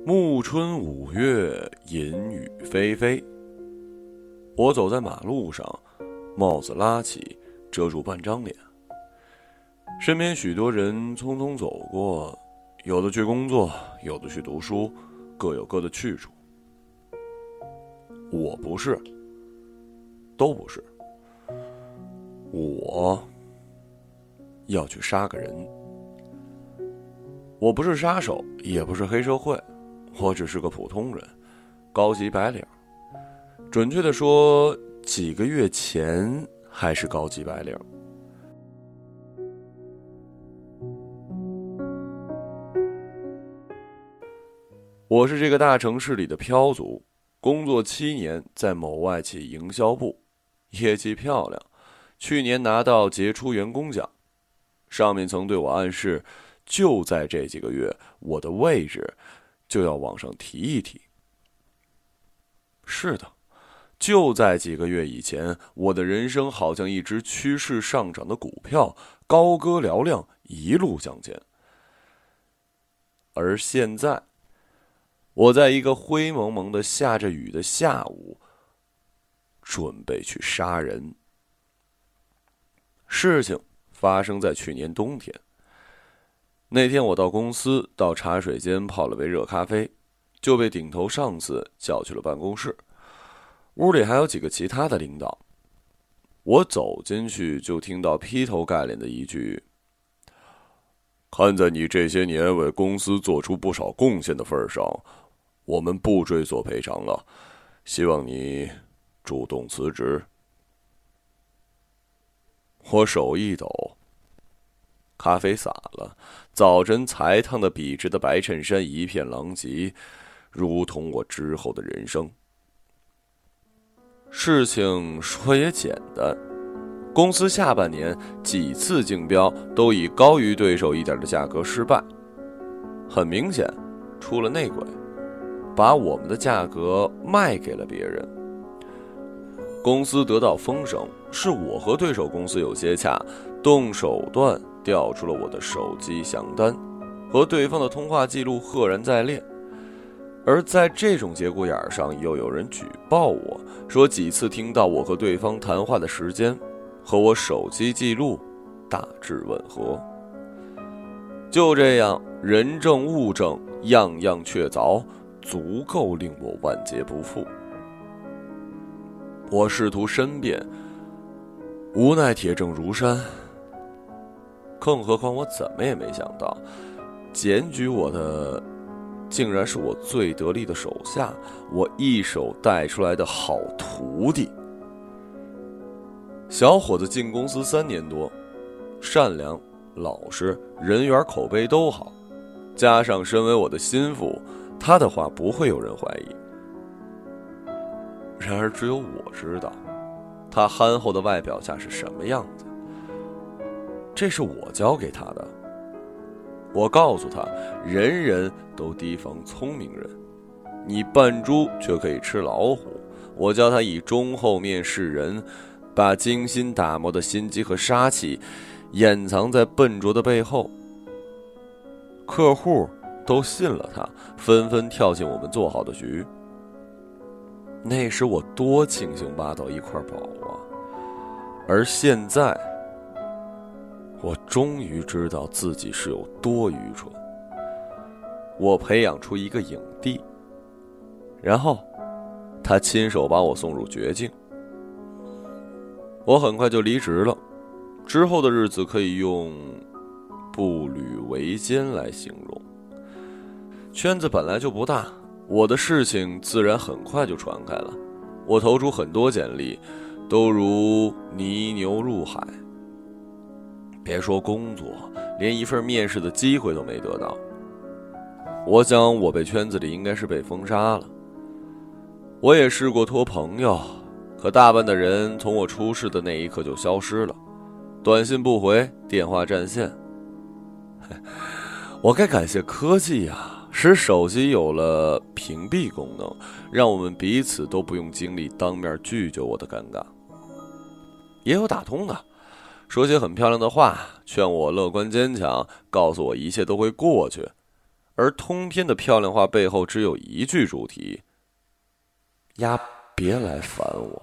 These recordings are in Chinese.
暮春五月，阴雨霏霏。我走在马路上，帽子拉起，遮住半张脸。身边许多人匆匆走过，有的去工作，有的去读书，各有各的去处。我不是，都不是。我要去杀个人。我不是杀手，也不是黑社会，我只是个普通人，高级白领。准确的说，几个月前还是高级白领。我是这个大城市里的漂族，工作7年，在某外企营销部，业绩漂亮，去年拿到杰出员工奖。上面曾对我暗示，就在这几个月，我的位置就要往上提一提。是的，就在几个月以前，我的人生好像一只趋势上涨的股票，高歌嘹亮，一路向前。而现在，我在一个灰蒙蒙的下着雨的下午，准备去杀人。事情发生在去年冬天。那天我到公司，到茶水间泡了杯热咖啡，就被顶头上司叫去了办公室。屋里还有几个其他的领导。我走进去，就听到劈头盖脸的一句：看在你这些年为公司做出不少贡献的份上，我们不追索赔偿了，希望你主动辞职。我手一抖，咖啡洒了，早晨才烫的笔直的白衬衫一片狼藉，如同我之后的人生。事情说也简单，公司下半年几次竞标都以高于对手一点的价格失败，很明显出了内鬼，把我们的价格卖给了别人。公司得到风声，是我和对手公司有接洽，动手段调出了我的手机详单，和对方的通话记录赫然在列。而在这种节骨眼上，又有人举报我，说几次听到我和对方谈话的时间和我手机记录大致吻合。就这样，人证物证样样确凿，足够令我万劫不复。我试图申辩，无奈铁证如山。更何况我怎么也没想到，检举我的竟然是我最得力的手下，我一手带出来的好徒弟。小伙子进公司3年多，善良老实，人缘口碑都好，加上身为我的心腹，他的话不会有人怀疑。然而只有我知道，他憨厚的外表下是什么样子。这是我教给他的。我告诉他，人人都提防聪明人，你扮猪却可以吃老虎。我教他以忠厚面示人，把精心打磨的心机和杀气掩藏在笨拙的背后。客户都信了他，纷纷跳进我们做好的局。那时我多庆幸挖到一块宝啊！而现在，我终于知道自己是有多愚蠢。我培养出一个影帝，然后他亲手把我送入绝境。我很快就离职了，之后的日子可以用步履维艰来形容。圈子本来就不大，我的事情自然很快就传开了。我投出很多简历，都如泥牛入海。别说工作，连一份面试的机会都没得到。我想我被圈子里应该是被封杀了。我也试过托朋友，可大半的人从我出事的那一刻就消失了，短信不回，电话占线。我该感谢科技呀，使手机有了屏蔽功能，让我们彼此都不用经历当面拒绝我的尴尬。也有打通的，说些很漂亮的话，劝我乐观坚强，告诉我一切都会过去。 而通篇的漂亮话背后只有一句主题：呀，别来烦我。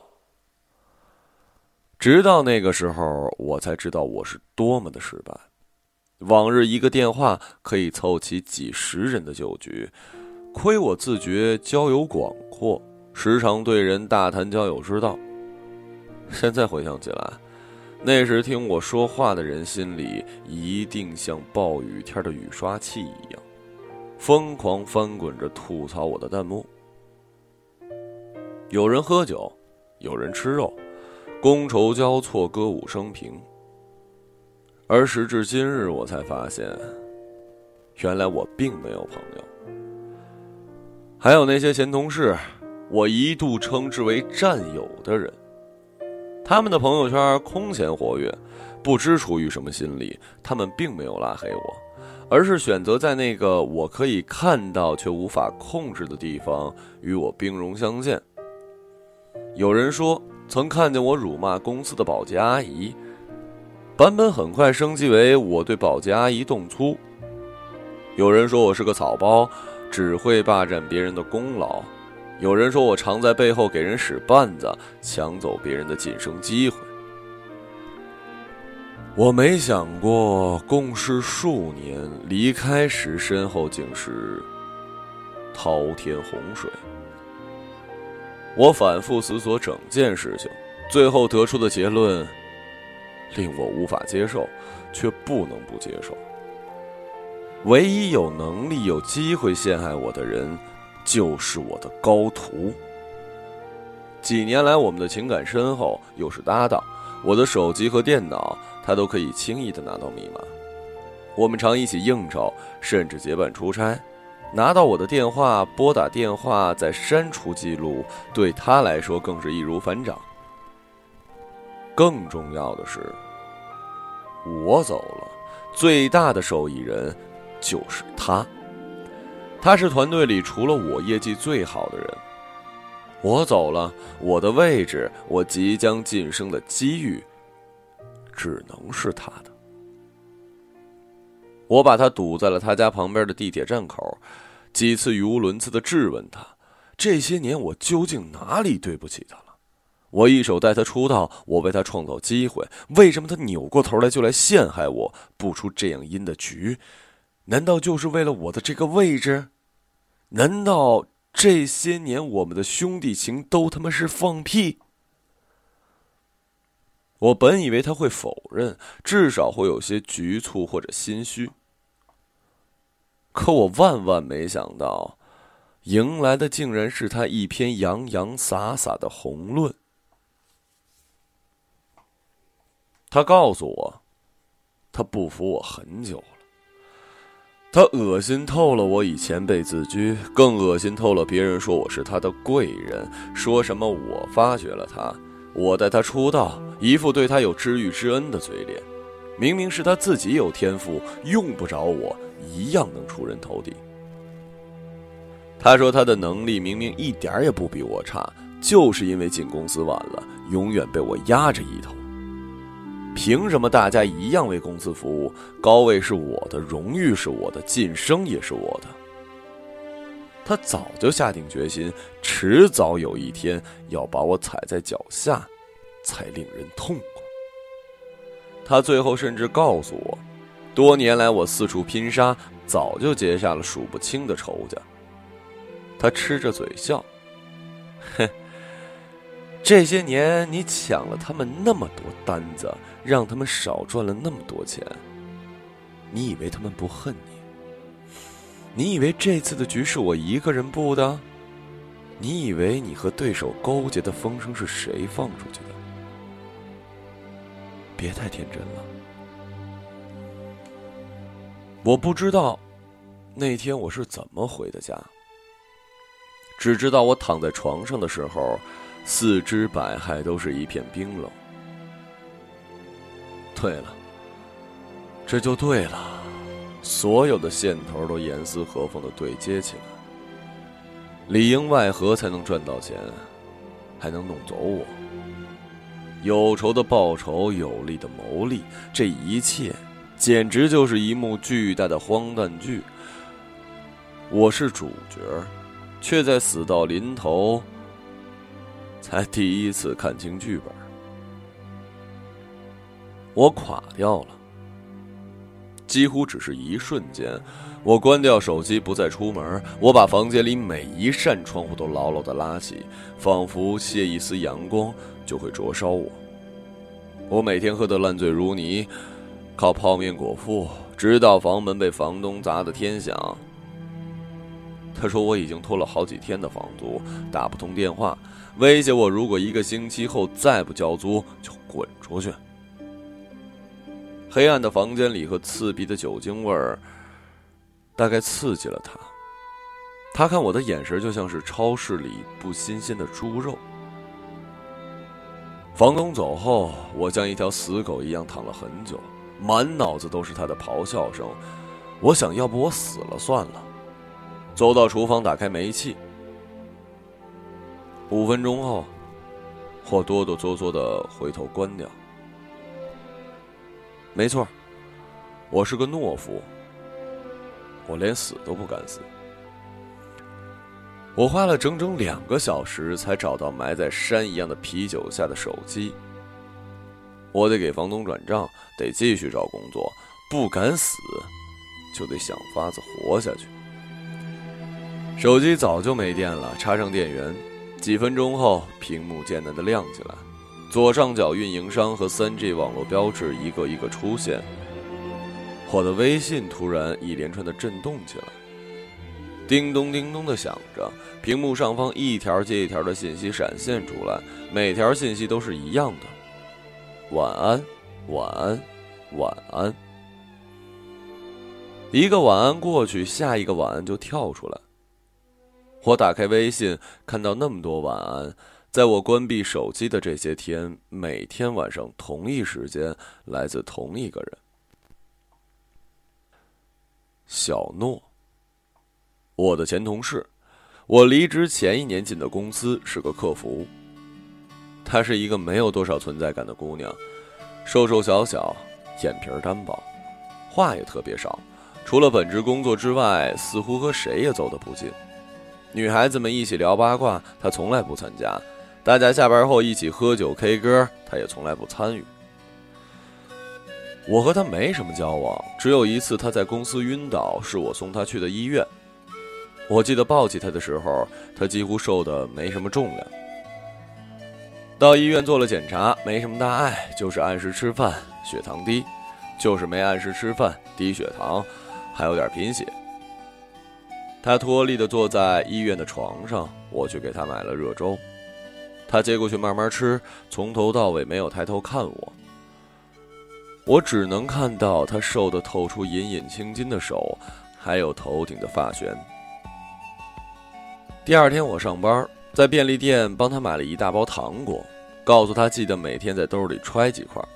直到那个时候，我才知道我是多么的失败。往日一个电话可以凑齐几十人的酒局，亏我自觉交友广阔，时常对人大谈交友之道。现在回想起来，那时听我说话的人心里一定像暴雨天的雨刷器一样，疯狂翻滚着吐槽我的弹幕。有人喝酒，有人吃肉，觥筹交错，歌舞升平。而时至今日，我才发现，原来我并没有朋友。还有那些前同事，我一度称之为战友的人，他们的朋友圈空前活跃，不知出于什么心理，他们并没有拉黑我，而是选择在那个我可以看到却无法控制的地方与我兵戎相见。有人说曾看见我辱骂公司的保洁阿姨，版本很快升级为我对保洁阿姨动粗。有人说我是个草包，只会霸占别人的功劳。有人说我常在背后给人使绊子，抢走别人的晋升机会。我没想过共事数年，离开时身后竟是滔天洪水。我反复思索整件事情，最后得出的结论令我无法接受，却不能不接受。唯一有能力有机会陷害我的人，就是我的高徒。几年来我们的情感深厚，又是搭档，我的手机和电脑他都可以轻易地拿到密码。我们常一起应酬，甚至结伴出差。拿到我的电话，拨打电话再删除记录，对他来说更是易如反掌。更重要的是，我走了，最大的受益人就是他。他是团队里除了我业绩最好的人。我走了，我的位置，我即将晋升的机遇，只能是他的。我把他堵在了他家旁边的地铁站口，几次语无伦次地质问他，这些年我究竟哪里对不起他了？我一手带他出道，我为他创造机会，为什么他扭过头来就来陷害我，布出这样阴的局？难道就是为了我的这个位置？难道这些年我们的兄弟情都他妈是放屁？我本以为他会否认，至少会有些局促或者心虚。可我万万没想到，迎来的竟然是他一篇洋洋洒洒的宏论。他告诉我，他不服我很久了。他恶心透了我以前被自居，更恶心透了别人说我是他的贵人，说什么我发掘了他，我带他出道，一副对他有知遇之恩的嘴脸。明明是他自己有天赋，用不着我，一样能出人头地。他说他的能力明明一点也不比我差，就是因为进公司晚了，永远被我压着一头。凭什么大家一样为公司服务？高位是我的，荣誉是我的，晋升也是我的。他早就下定决心，迟早有一天要把我踩在脚下，才令人痛快。他最后甚至告诉我，多年来我四处拼杀，早就结下了数不清的仇家。他吃着嘴笑，哼，这些年你抢了他们那么多单子，让他们少赚了那么多钱，你以为他们不恨你？你以为这次的局是我一个人布的？你以为你和对手勾结的风声是谁放出去的？别太天真了。我不知道那天我是怎么回的家，只知道我躺在床上的时候，四肢百骸都是一片冰冷。对了，这就对了，所有的线头都严丝合缝地对接起来，里应外合才能赚到钱，还能弄走我。有仇的报仇，有利的谋利，这一切简直就是一幕巨大的荒诞剧。 我是主角，却在死到临头才第一次看清剧本。我垮掉了，几乎只是一瞬间。我关掉手机，不再出门，我把房间里每一扇窗户都牢牢地拉起，仿佛借一丝阳光就会灼烧我。我每天喝得烂醉如泥，靠泡面果腹，直到房门被房东砸得天响。他说我已经拖了好几天的房租，打不通电话，威胁我如果1个星期后再不交租就滚出去。黑暗的房间里和刺鼻的酒精味儿大概刺激了他，他看我的眼神就像是超市里不新鲜的猪肉。房东走后，我像一条死狗一样躺了很久，满脑子都是他的咆哮声。我想要不我死了算了，走到厨房打开煤气。5分钟后，我哆哆嗦嗦地回头关掉。没错，我是个懦夫，我连死都不敢死。我花了整整2个小时才找到埋在山一样的啤酒下的手机。我得给房东转账，得继续找工作，不敢死就得想法子活下去。手机早就没电了，插上电源，几分钟后屏幕艰难地亮起来，左上角运营商和 3G 网络标志一个一个出现。我的微信突然一连串的震动起来，叮咚叮咚的响着，屏幕上方一条接一条的信息闪现出来，每条信息都是一样的：晚安，晚安，晚安。一个晚安过去，下一个晚安就跳出来。我打开微信，看到那么多晚安，在我关闭手机的这些天，每天晚上同一时间，来自同一个人。小诺，我的前同事，我离职前1年进的公司是个客服。她是一个没有多少存在感的姑娘，瘦瘦小小，眼皮单薄，话也特别少，除了本职工作之外，似乎和谁也走得不近。女孩子们一起聊八卦，她从来不参加；大家下班后一起喝酒 K 歌，她也从来不参与。我和她没什么交往，只有一次她在公司晕倒，是我送她去的医院。我记得抱起她的时候，她几乎瘦得没什么重量。到医院做了检查，没什么大碍，就是按时吃饭，血糖低，就是没按时吃饭，低血糖，还有点贫血。他脱力地坐在医院的床上，我去给他买了热粥。他接过去慢慢吃，从头到尾没有抬头看我。我只能看到他瘦得透出隐隐青筋的手，还有头顶的发旋。第2天我上班，在便利店帮他买了一大包糖果，告诉他记得每天在兜里揣几块。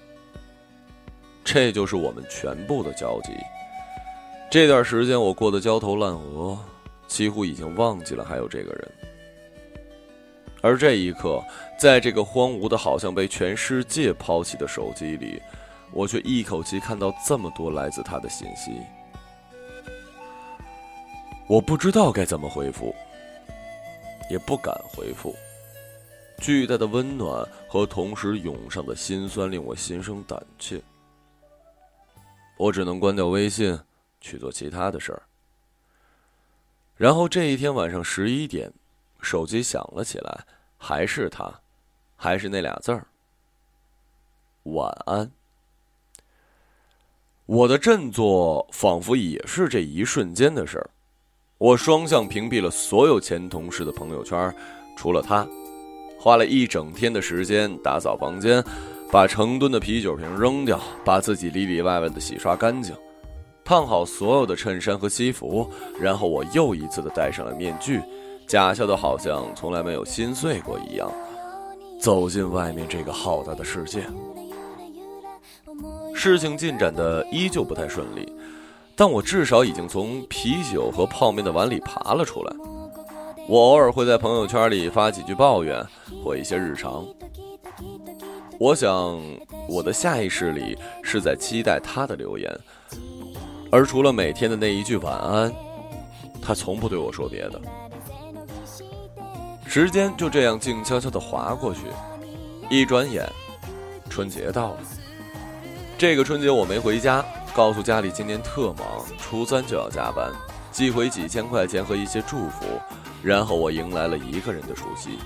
这就是我们全部的交集。这段时间我过得焦头烂额，几乎已经忘记了还有这个人。而这一刻，在这个荒芜的好像被全世界抛弃的手机里，我却一口气看到这么多来自他的信息。我不知道该怎么回复，也不敢回复。巨大的温暖和同时涌上的心酸令我心生胆怯。我只能关掉微信，去做其他的事儿。然后这一天晚上11点，手机响了起来，还是他，还是那俩字儿：晚安。我的振作仿佛也是这一瞬间的事儿。我双向屏蔽了所有前同事的朋友圈，除了他，花了一整天的时间打扫房间，把成吨的啤酒瓶扔掉，把自己里里外外的洗刷干净，烫好所有的衬衫和西服，然后我又一次的戴上了面具，假笑的好像从来没有心碎过一样，走进外面这个浩大的世界。事情进展的依旧不太顺利，但我至少已经从啤酒和泡面的碗里爬了出来。我偶尔会在朋友圈里发几句抱怨或一些日常。我想我的下意识里是在期待他的留言，而除了每天的那一句晚安， 他从不对我说别的。时间就这样静悄悄地划过去，一转眼春节到了。这个春节我没回家，告诉家里今年特忙，初3就要加班，寄回几千块钱和一些祝福，然后我迎来了一个人的除夕。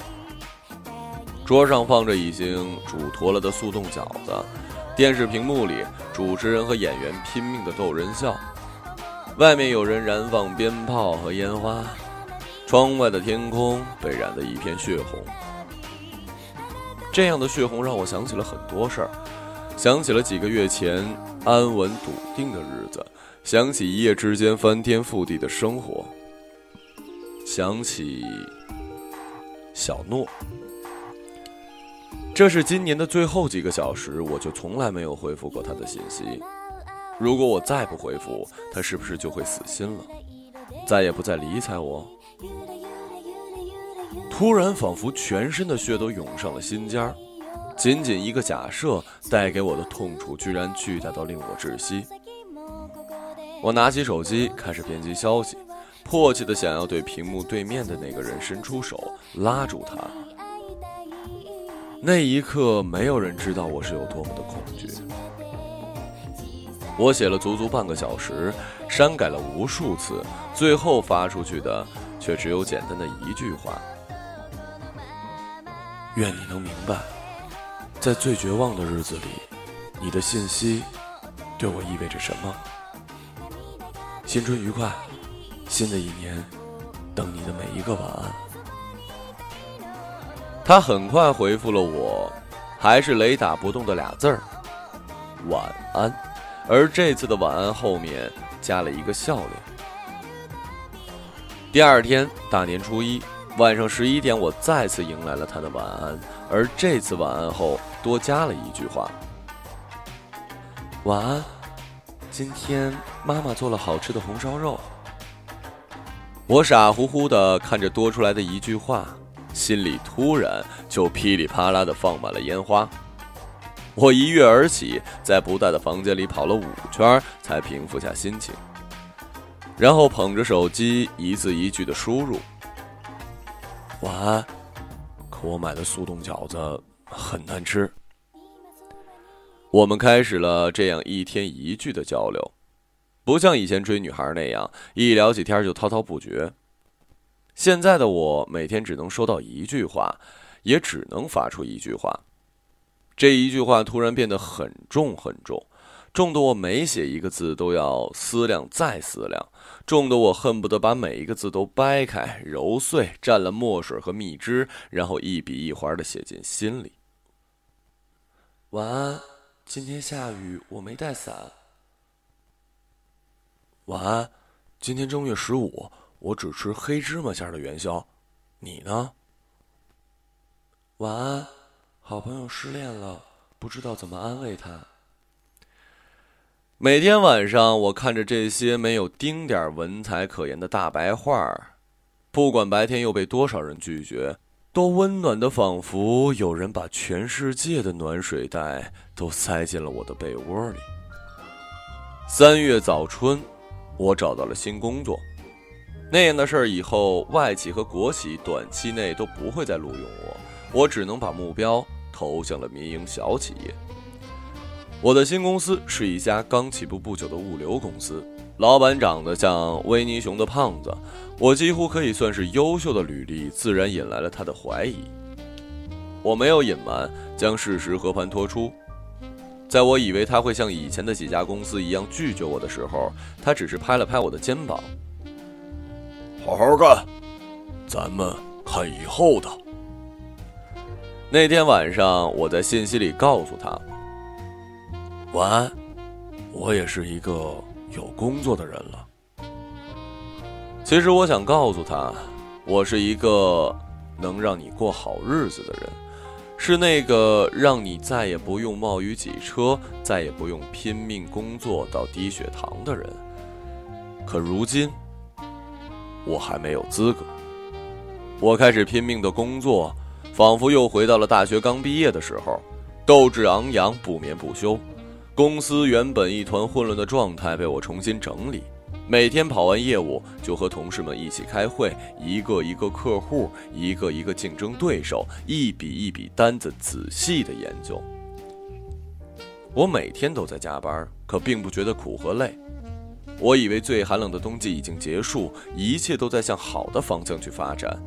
桌上放着已经煮脱了的速冻饺子，电视屏幕里主持人和演员拼命地逗人笑，外面有人燃放鞭炮和烟花，窗外的天空被染得一片血红。这样的血红让我想起了很多事儿，想起了几个月前安稳笃定的日子，想起一夜之间翻天覆地的生活，想起小诺。这是今年的最后几个小时，我就从来没有回复过他的信息。如果我再不回复，他是不是就会死心了，再也不再理睬我？突然仿佛全身的血都涌上了心尖儿，仅仅一个假设带给我的痛楚居然巨大到令我窒息。我拿起手机开始编辑消息，迫切地想要对屏幕对面的那个人伸出手拉住他。那一刻没有人知道我是有多么的恐惧。我写了足足半个小时，删改了无数次，最后发出去的却只有简单的一句话：愿你能明白，在最绝望的日子里，你的信息对我意味着什么。新春愉快，新的一年等你的每一个晚安。他很快回复了我，还是雷打不动的俩字儿：晚安。而这次的晚安后面加了一个笑脸。第二天大年初一晚上11点，我再次迎来了他的晚安，而这次晚安后多加了一句话：晚安，今天妈妈做了好吃的红烧肉。我傻乎乎地看着多出来的一句话，心里突然就噼里啪啦地放满了烟花。我一跃而起，在不大的房间里跑了5圈，才平复下心情，然后捧着手机一字一句地输入：晚安，可我买的速冻饺子很难吃。我们开始了这样一天一句的交流，不像以前追女孩那样一聊几天就滔滔不绝。现在的我每天只能收到一句话，也只能发出一句话。这一句话突然变得很重很重，重得我每写一个字都要思量再思量，重得我恨不得把每一个字都掰开揉碎，蘸了墨水和蜜汁，然后一笔一划地写进心里。晚安，今天下雨，我没带伞。晚安，今天正月15，我只吃黑芝麻馅的元宵，你呢？晚安，好朋友失恋了，不知道怎么安慰他。每天晚上我看着这些没有丁点文采可言的大白话，不管白天又被多少人拒绝，都温暖的仿佛有人把全世界的暖水袋都塞进了我的被窝里。3月早春，我找到了新工作。那样的事儿以后外企和国企短期内都不会再录用我只能把目标投向了民营小企业。我的新公司是一家刚起步不久的物流公司，老板长得像维尼熊的胖子，我几乎可以算是优秀的履历，自然引来了他的怀疑。我没有隐瞒，将事实和盘托出。在我以为他会像以前的几家公司一样拒绝我的时候，他只是拍了拍我的肩膀：好好干，咱们看以后的。那天晚上我在信息里告诉他：晚安，我也是一个有工作的人了。其实我想告诉他，我是一个能让你过好日子的人，是那个让你再也不用冒雨挤车，再也不用拼命工作到低血糖的人。可如今我还没有资格。我开始拼命的工作，仿佛又回到了大学刚毕业的时候，斗志昂扬，不眠不休。公司原本一团混乱的状态被我重新整理， 每天跑完业务就和同事们一起开会，一个一个客户，一个一个竞争对手，一笔一笔单子仔细的研究。我每天都在加班，可并不觉得苦和累。我以为最寒冷的冬季已经结束，一切都在向好的方向去发展。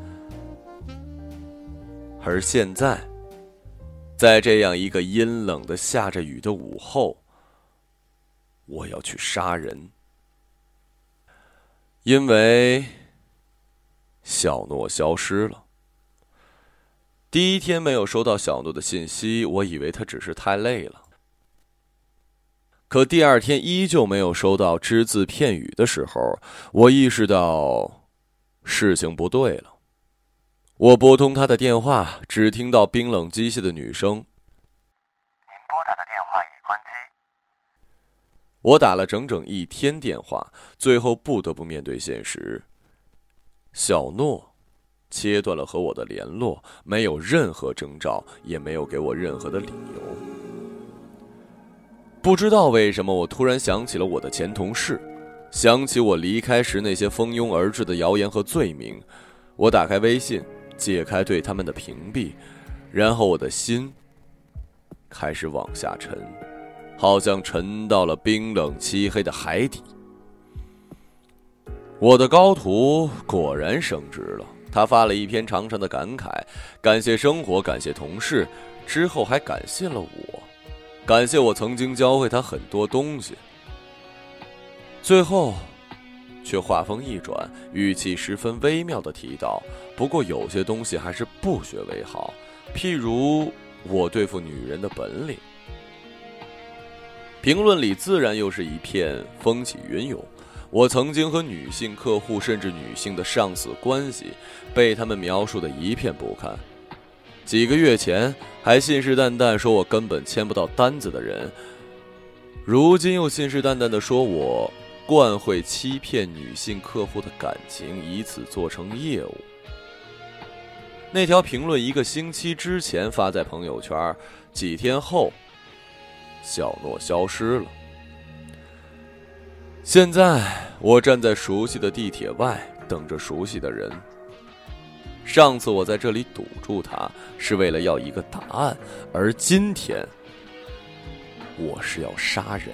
而现在，在这样一个阴冷的下着雨的午后，我要去杀人。因为小诺消失了。第一天没有收到小诺的信息，我以为他只是太累了。可第二天依旧没有收到只字片语的时候，我意识到事情不对了。我拨通他的电话，只听到冰冷机械的女声：“您拨打的电话已关机。” 我打了整整1天电话，最后不得不面对现实。小诺切断了和我的联络，没有任何征兆，也没有给我任何的理由。不知道为什么，我突然想起了我的前同事，想起我离开时那些蜂拥而至的谣言和罪名。我打开微信，解开对他们的屏蔽，然后我的心开始往下沉，好像沉到了冰冷漆黑的海底。我的高徒果然升职了，他发了一篇长长的感慨，感谢生活，感谢同事，之后还感谢了我，感谢我曾经教会他很多东西。最后却话锋一转，语气十分微妙地提到，不过有些东西还是不学为好，譬如我对付女人的本领。评论里自然又是一片风起云涌，我曾经和女性客户甚至女性的上司关系被他们描述得一片不堪。几个月前还信誓旦旦说我根本签不到单子的人，如今又信誓旦旦地说我惯会欺骗女性客户的感情，以此做成业务。那条评论1个星期之前发在朋友圈，几天后小诺消失了。现在我站在熟悉的地铁外，等着熟悉的人。上次我在这里堵住他，是为了要一个答案，而今天我是要杀人。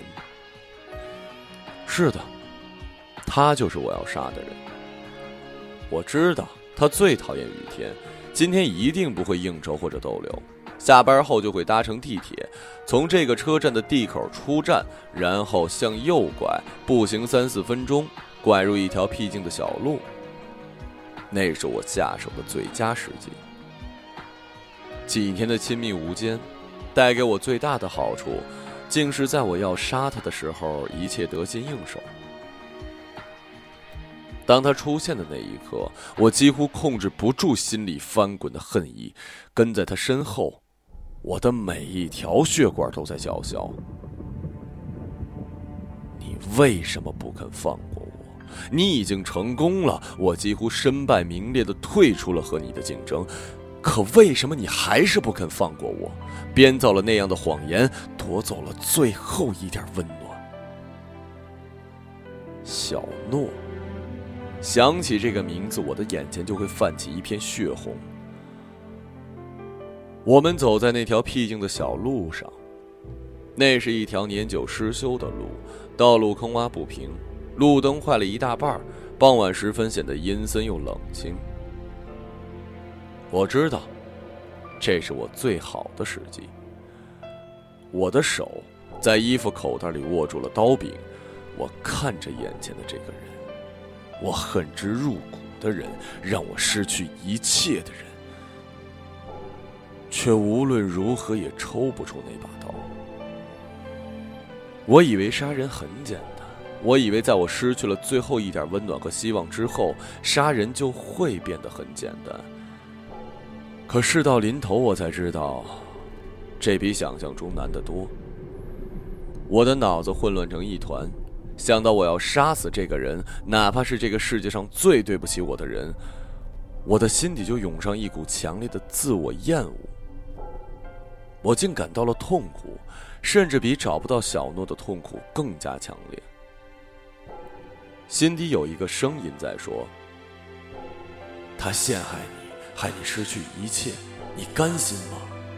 是的，他就是我要杀的人。我知道他最讨厌雨天，今天一定不会应酬或者逗留，下班后就会搭乘地铁，从这个车站的地口出站，然后向右拐，步行3-4分钟，拐入一条僻静的小路。那是我下手的最佳时机。几天的亲密无间，带给我最大的好处，竟是在我要杀他的时候，一切得心应手。当他出现的那一刻，我几乎控制不住心里翻滚的恨意，跟在他身后，我的每一条血管都在叫嚣：你为什么不肯放过我？你已经成功了，我几乎身败名裂地退出了和你的竞争，可为什么你还是不肯放过我？编造了那样的谎言，夺走了最后一点温暖。小诺，想起这个名字，我的眼前就会泛起一片血红。我们走在那条僻静的小路上，那是一条年久失修的路，道路坑洼不平，路灯坏了一大半，傍晚时分显得阴森又冷清。我知道这是我最好的时机。我的手在衣服口袋里握住了刀柄，我看着眼前的这个人，我恨之入骨的人，让我失去一切的人，却无论如何也抽不出那把刀。我以为杀人很简单，我以为在我失去了最后一点温暖和希望之后，杀人就会变得很简单。可事到临头，我才知道，这比想象中难得多。我的脑子混乱成一团，想到我要杀死这个人，哪怕是这个世界上最对不起我的人，我的心底就涌上一股强烈的自我厌恶。我竟感到了痛苦，甚至比找不到小诺的痛苦更加强烈。 心底有一个声音在说：他陷害你，害你失去一切，你甘心吗？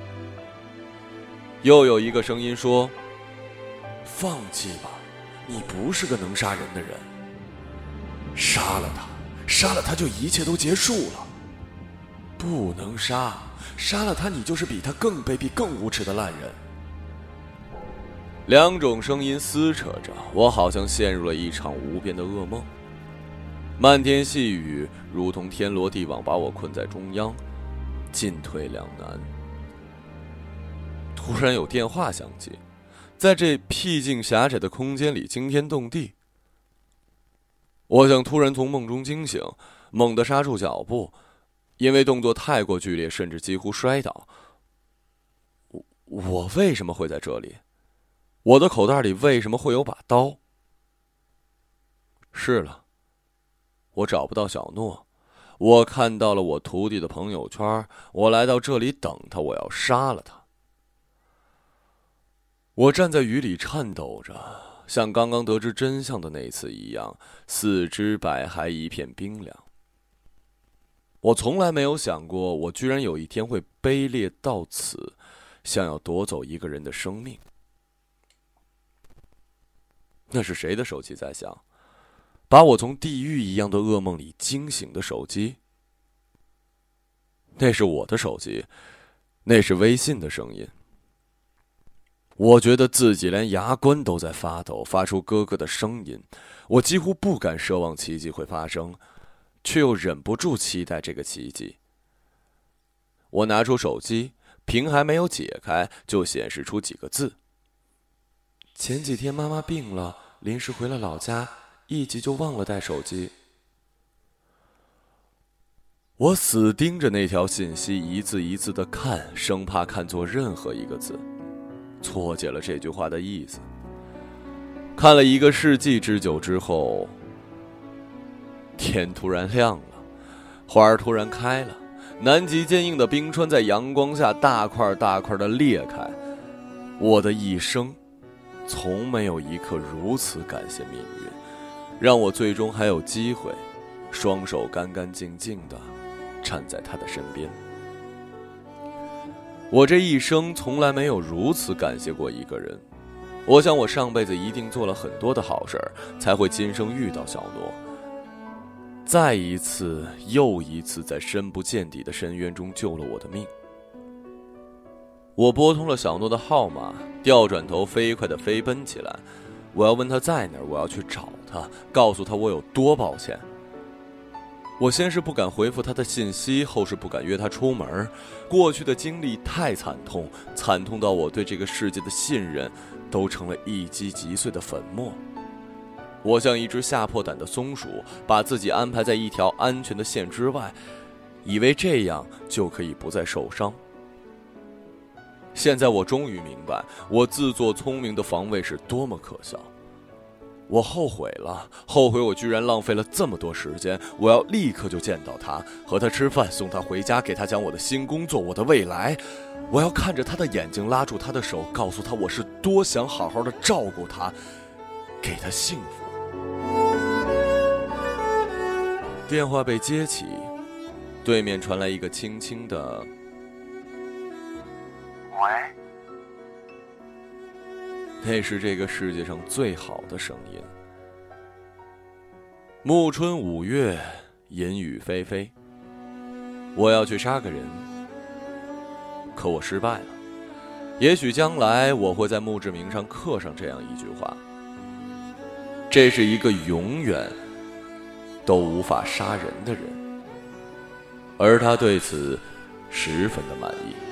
又有一个声音说：放弃吧，你不是个能杀人的人。杀了他，杀了他就一切都结束了。不能杀，杀了他你就是比他更卑鄙更无耻的烂人。两种声音撕扯着，我好像陷入了一场无边的噩梦。漫天细雨如同天罗地网，把我困在中央，进退两难。突然有电话响起，在这僻静狭窄的空间里惊天动地。我像突然从梦中惊醒，猛地刹住脚步，因为动作太过剧烈，甚至几乎摔倒。我为什么会在这里？我的口袋里为什么会有把刀？是了，我找不到小诺，我看到了我徒弟的朋友圈，我来到这里等他，我要杀了他。我站在雨里颤抖着，像刚刚得知真相的那次一样，四肢百骸一片冰凉。我从来没有想过，我居然有一天会卑劣到此，想要夺走一个人的生命。那是谁的手机在响？把我从地狱一样的噩梦里惊醒的手机？那是我的手机，那是微信的声音。我觉得自己连牙关都在发抖，发出咯咯的声音。我几乎不敢奢望奇迹会发生，却又忍不住期待这个奇迹。我拿出手机，屏还没有解开，就显示出几个字：前几天妈妈病了，临时回了老家，一急就忘了带手机。我死盯着那条信息，一字一字地看，生怕看错任何一个字，错解了这句话的意思。看了1个世纪之久之后，天突然亮了，花儿突然开了，南极坚硬的冰川在阳光下大块大块地裂开。我的一生从没有一刻如此感谢命运，让我最终还有机会双手干干净净地站在他的身边。我这一生从来没有如此感谢过一个人。我想我上辈子一定做了很多的好事儿，才会今生遇到小诺，再一次又一次在深不见底的深渊中救了我的命。我拨通了小诺的号码，调转头飞快地飞奔起来。我要问他在哪儿，我要去找他，告诉他我有多抱歉。我先是不敢回复他的信息，后是不敢约他出门。过去的经历太惨痛，惨痛到我对这个世界的信任都成了一击即碎的粉末。我像一只吓破胆的松鼠，把自己安排在一条安全的线之外，以为这样就可以不再受伤。现在我终于明白，我自作聪明的防卫是多么可笑。我后悔了，后悔我居然浪费了这么多时间。我要立刻就见到他，和他吃饭，送他回家，给他讲我的新工作，我的未来。我要看着他的眼睛，拉住他的手，告诉他我是多想好好的照顾他，给他幸福。电话被接起，对面传来一个轻轻的喂。 那是这个世界上最好的声音。暮春5月，阴雨霏霏。我要去杀个人，可我失败了。也许将来我会在墓志铭上刻上这样一句话：这是一个永远都无法杀人的人。而他对此十分的满意。